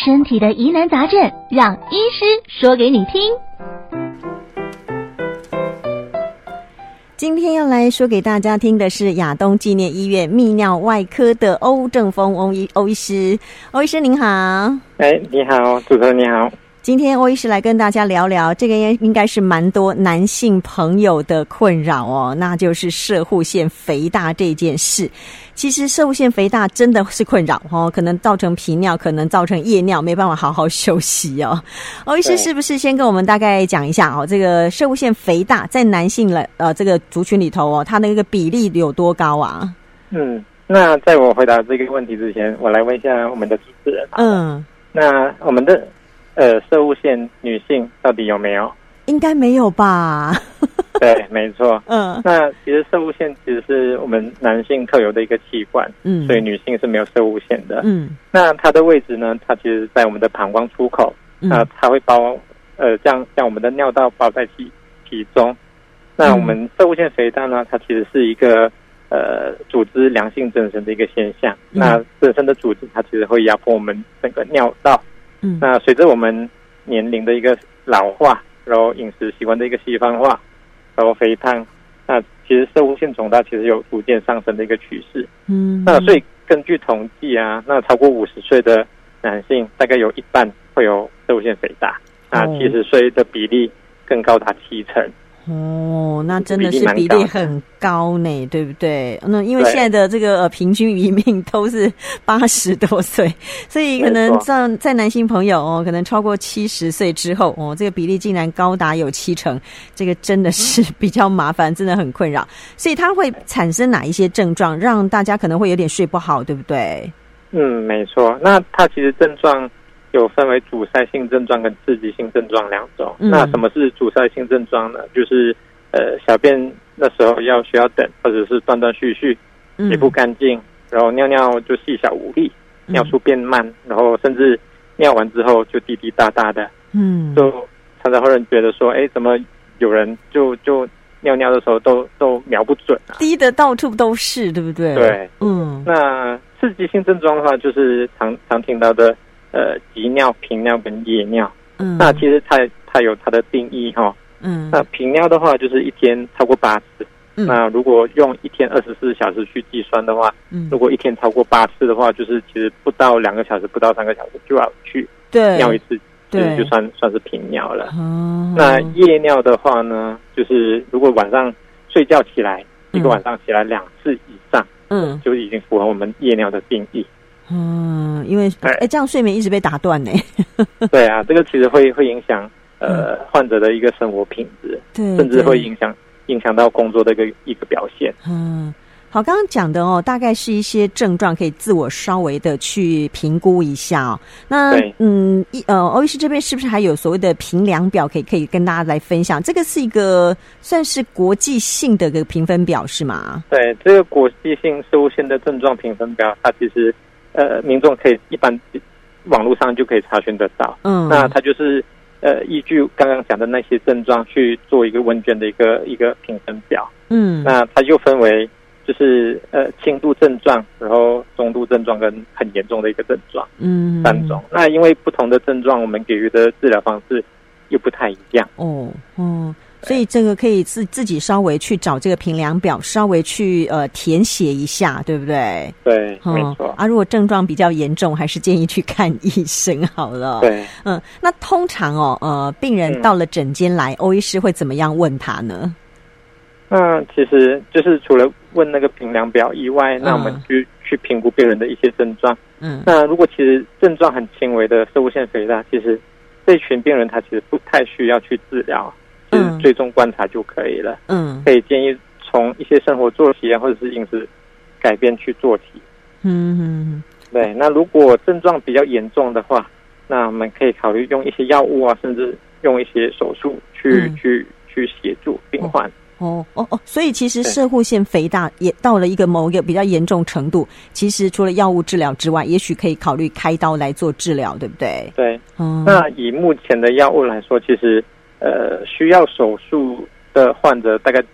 身体的疑难杂症，让医师说给你听。 今天要来说给大家听的是亚东纪念医院泌尿外科的欧正峰欧医师。欧医师您好。 你好，主持人你好。 今天欧医师来跟大家聊聊这个应该是蛮多男性朋友的困扰哦，那就是攝護腺肥大这件事。其实攝護腺肥大真的是困扰哦，可能造成频尿，可能造成夜尿，没办法好好休息哦。欧医师是不是先跟我们大概讲一下哦，这个攝護腺肥大在男性这个族群里头哦，它的一个比例有多高啊？ 那在我回答这个问题之前，我来问一下我们的主持人。那我们的攝護腺女性到底有没有？应该没有吧？对，没错。那其实攝護腺其实是我们男性特有的一个器官，所以女性是没有攝護腺的。那它的位置呢，它其实在我们的膀胱出口，那它会包将我们的尿道包在其中。那我们攝護腺肥大呢，它其实是一个组织良性增生的一个现象。那增生的组织它其实会压迫我们整个尿道。那随着我们年龄的一个老化，然后饮食习惯的一个西方化，然后肥胖，那其实攝護腺肿大其实有逐渐上升的一个趋势。那所以根据统计啊，那超过50岁的男性大概有一半会有攝護腺肥大，那70岁的比例更高达70%。 那真的是比例很高呢，对不对？那因为现在的这个平均余命都是80多岁，所以可能在男性朋友可能超过70岁之后这个比例竟然高达有70%，这个真的是比较麻烦，真的很困扰。所以它会产生哪一些症状，让大家可能会有点睡不好，对不对？ 没错。那它其实症状有分为阻塞性症状跟刺激性症状两种。那什么是阻塞性症状呢？就是小便的时候需要等，或者是断断续续，也不干净，然后尿尿就细小无力，尿速变慢，然后甚至尿完之后就滴滴答答的。就常常会有人觉得说，怎么有人就尿尿的时候都瞄不准啊， 滴的到处都是，对不对？ 对。那刺激性症状的话，就是常听到的急尿、频尿跟夜尿。那其实它有它的定义哈。那频尿的话就是一天超过8次。那如果用一天24小时去计算的话，如果一天超过8次的话，就是其实不到2个小时，不到3个小时就要去尿一次，对，就算是频尿了。那夜尿的话呢，就是如果晚上睡觉起来，一个晚上起来2次以上，就已经符合我们夜尿的定义。 因为这样睡眠一直被打断呢。 对啊，这个其实会影响患者的一个生活品质，对，甚至会影响到工作的一个表现。 好，刚刚讲的大概是一些症状，可以自我稍微的去评估一下哦。那欧医师这边是不是还有所谓的评量表可以跟大家来分享？这个是一个算是国际性的一个评分表是吗？ 对，这个国际性攝護腺的症状评分表，它其实民众可以一般网络上就可以查询得到。那它就是依据刚刚讲的那些症状去做一个问卷的一个评分表。那它就分为就是轻度症状，然后中度症状跟很严重的一个症状，3种。那因为不同的症状，我们给予的治疗方式又不太一样。 所以这个可以自己稍微去找这个评量表，稍微去填写一下，对不对？ 对，没错。 如果症状比较严重，还是建议去看医生好了。 对， 那通常病人到了诊间来，欧医师会怎么样问他呢？ 那其实就是除了问那个评量表以外，那我们去评估病人的一些症状。那如果其实症状很轻微的攝護腺肥大，其实这群病人他其实不太需要去治疗，就是追踪观察就可以了。可以建议从一些生活作息或者是饮食改变去做起。对，那如果症状比较严重的话，那我们可以考虑用一些药物啊，甚至用一些手术去协助病患。 所以其实攝護腺肥大也到了某一个比较严重程度，其实除了药物治疗之外，也许可以考虑开刀来做治疗，对不对？ 对。那以目前的药物来说，其实需要手术的患者大概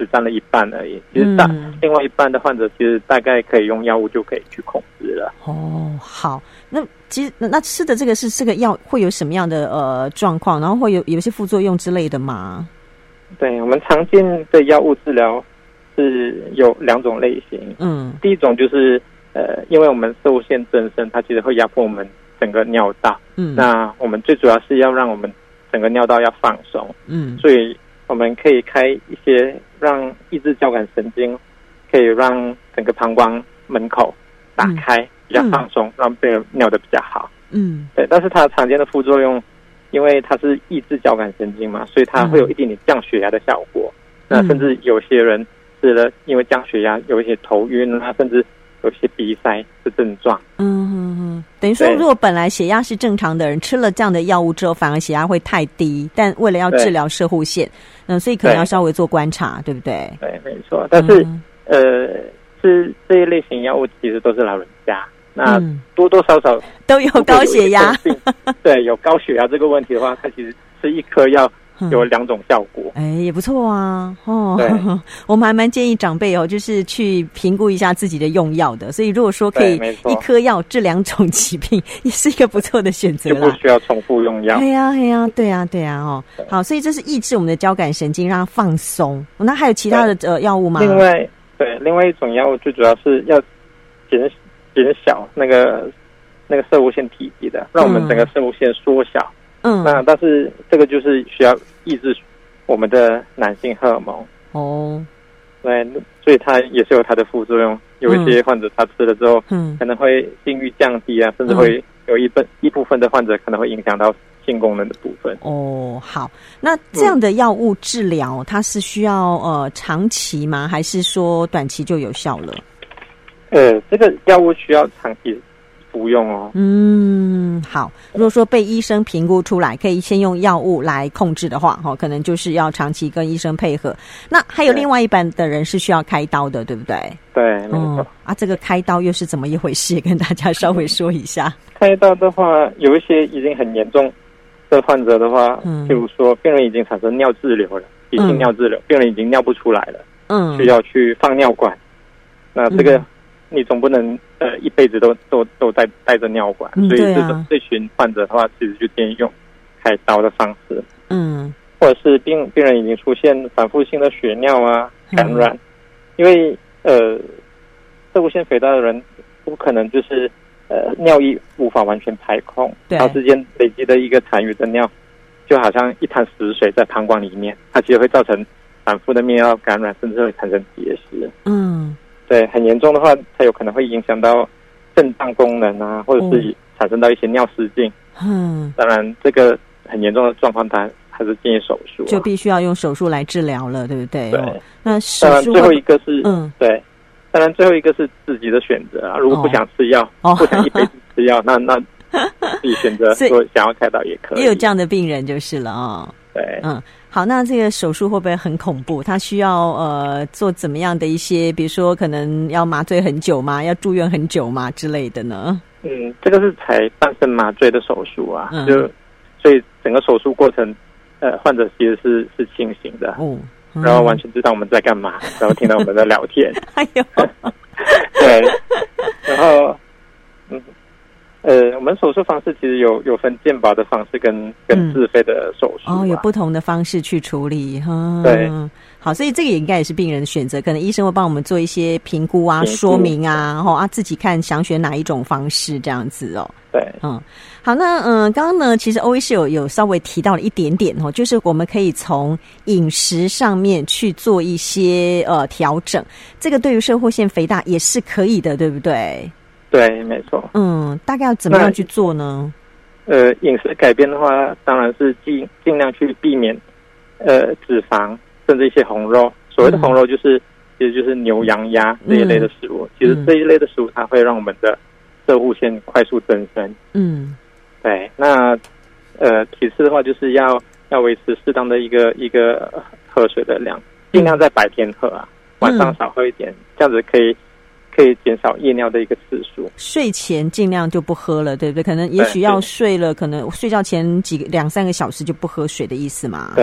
只占了一半而已。其实另外一半的患者，其实大概可以用药物就可以去控制了。 哦，好，那其实那吃的这个药会有什么样的状况？然后会有些副作用之类的吗？ 对，我们常见的药物治疗是有2种类型。第一种就是因为我们射物腺增生，它其实会压迫我们整个尿道。那我们最主要是要让我们整个尿道要放松。所以我们可以开一些让抑制交感神经，可以让整个膀胱门口打开，比较放松，让病人尿得比较好。对，但是它常见的副作用，因为它是抑制交感神经嘛，所以它会有一点点降血压的效果。那甚至有些人吃了，因为降血压有一些头晕啊，甚至有些鼻塞的症状。 等于说，如果本来血压是正常的人，吃了这样的药物之后，反而血压会太低。但为了要治疗射护腺，所以可能要稍微做观察，对不对？对， 没错。但是是这一类型药物其实都是老人家，那多多少少都有高血压。 对，有高血压这个问题的话，它其实吃一颗药有2种效果。 也不错啊。我们还蛮建议长辈就是去评估一下自己的用药的。所以如果说可以一颗药治2种疾病，也是一个不错的选择啦， 就不需要重复用药。 对啊。好，所以这是抑制我们的交感神经，让它放松。那还有其他的药物吗？ 另外一种药物最主要是要减小那个射物腺体积的，让我们整个射物腺缩小。那但是这个就是需要抑制我们的男性荷尔蒙。对，所以它也是有它的副作用。有一些患者他吃了之后，可能会性欲降低啊，甚至会有一部分的患者可能会影响到性功能的部分。 好，那这样的药物治疗，它是需要长期吗？还是说短期就有效了？ 这个药物需要长期服用哦。 好，如果说被医生评估出来可以先用药物来控制的话，可能就是要长期跟医生配合。那还有另外一半的人是需要开刀的，对不对？对，没错。这个开刀又是怎么一回事？跟大家稍微说一下。 开刀的话，有一些已经很严重的患者的话，譬如说病人已经产生尿滞留了，急性尿滞留，病人已经尿不出来了，需要去放尿管。那这个你总不能一辈子都带着尿管，所以这群患者的话，其实就建议用开刀的方式。或者是病人已经出现反复性的血尿啊、感染，因为射物腺肥大的人不可能就是尿液无法完全排空，长时间累积的一个残余的尿，就好像一滩死水在膀胱里面，它其实会造成反复的泌尿感染，甚至会产生结石。对，很严重的话，它有可能会影响到肾脏功能啊，或者是产生到一些尿失禁。当然，这个很严重的状况，它还是建议手术， 就必须要用手术来治疗了，对不对？ 对。 那手术最后一个是对，当然最后一个是自己的选择啊。如果不想吃药，不想一辈子吃药，那自己选择说想要开刀也可以。 也有这样的病人就是了对， 好，那这个手术会不会很恐怖？他需要做怎么样的一些，比如说可能要麻醉很久吗？要住院很久吗之类的呢？ 这个是采半身麻醉的手术啊，所以整个手术过程，患者其实是清醒的，然后完全知道我们在干嘛，然后听到我们在聊天。对，然后我们手术方式其实有分健保的方式跟自费的手术有不同的方式去处理对， 好，所以这个也应该也是病人的选择，可能医生会帮我们做一些评估啊、说明啊，然后自己看想选哪一种方式这样子对， 好，那刚刚呢，其实欧医师有稍微提到了一点点就是我们可以从饮食上面去做一些调整，这个对于射护腺肥大也是可以的，对不对？ 对，没错。 大概要怎么样去做呢？ 饮食改变的话，当然是尽量去避免脂肪，甚至一些红肉。所谓的红肉其实就是牛羊鸭这一类的食物。其实这一类的食物它会让我们的射护腺快速增生。对。那其次的话，就是要维持适当的一个喝水的量，尽量在白天喝啊，晚上少喝一点，这样子可以减少夜尿的一个次数。 睡前尽量就不喝了，对不对？可能也许要睡了，可能睡觉前2-3个小时就不喝水的意思嘛。 对，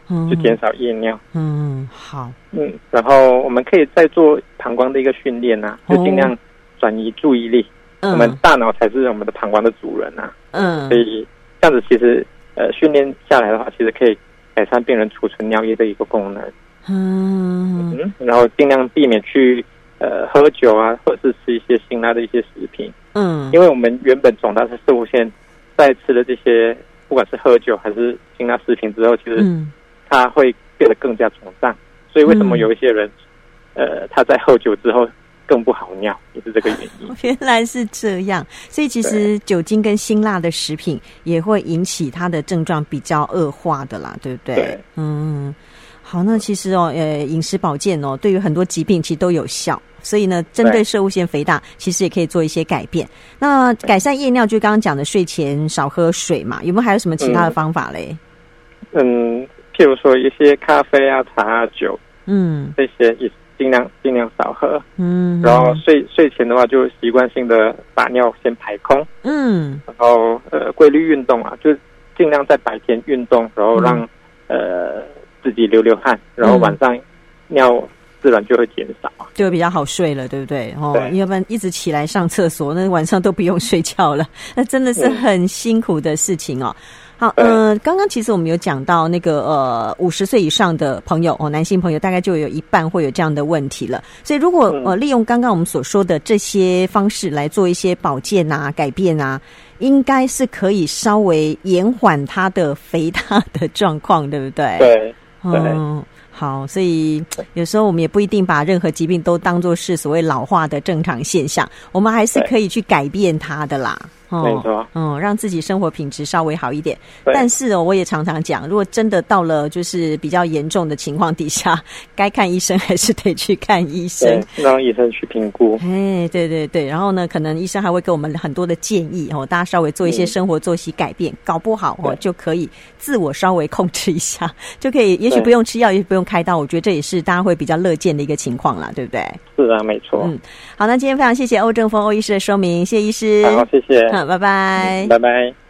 就减少夜尿。 好。 然后我们可以再做膀胱的一个训练啊，就尽量转移注意力。我们大脑才是我们的膀胱的主人啊。所以这样子其实训练下来的话，其实可以改善病人储存尿液的一个功能。然后尽量避免去喝酒啊，或者是吃一些辛辣的一些食品。因为我们原本肿大是射物腺，在吃了这些不管是喝酒还是辛辣食品之后，其实它会变得更加肿胀。所以为什么有一些人他在喝酒之后更不好尿，也是这个原因。 原来是这样，所以其实酒精跟辛辣的食品也会引起它的症状比较恶化的啦，对不对？ 对。 好，那其实饮食保健对于很多疾病其实都有效，所以呢，针对摄护腺肥大，其实也可以做一些改变。那改善夜尿，就刚刚讲的睡前少喝水嘛，有没有还有什么其他的方法嘞？ 譬如说一些咖啡啊、茶啊、酒，这些也尽量少喝。然后睡前的话，就习惯性的把尿先排空。然后规律运动啊，就尽量在白天运动，然后让自己流汗，然后晚上尿自然就会减少， 就会比较好睡了，对不对？要不然一直起来上厕所，那晚上都不用睡觉了，那真的是很辛苦的事情哦。好，刚刚其实我们有讲到那个50岁以上的朋友男性朋友大概就有一半会有这样的问题了。所以如果利用刚刚我们所说的这些方式来做一些保健啊、改变啊，应该是可以稍微延缓它的肥大的状况，对不对？ 对。 好，所以有时候我们也不一定把任何疾病都当作是所谓老化的正常现象，我们还是可以去改变它的啦。 没错。 让自己生活品质稍微好一点。但是我也常常讲，如果真的到了就是比较严重的情况底下，该看医生还是得去看医生， 让医生去评估。 对对对。然后呢，可能医生还会给我们很多的建议大家稍微做一些生活作息改变，搞不好就可以自我稍微控制一下，就可以也许不用吃药，也许不用开刀，我觉得这也是大家会比较乐见的一个情况啦，对不对？ 是啊，没错。 好，那今天非常谢谢欧正峰欧医师的说明，谢谢医师。 好，谢谢。 拜拜。 拜拜。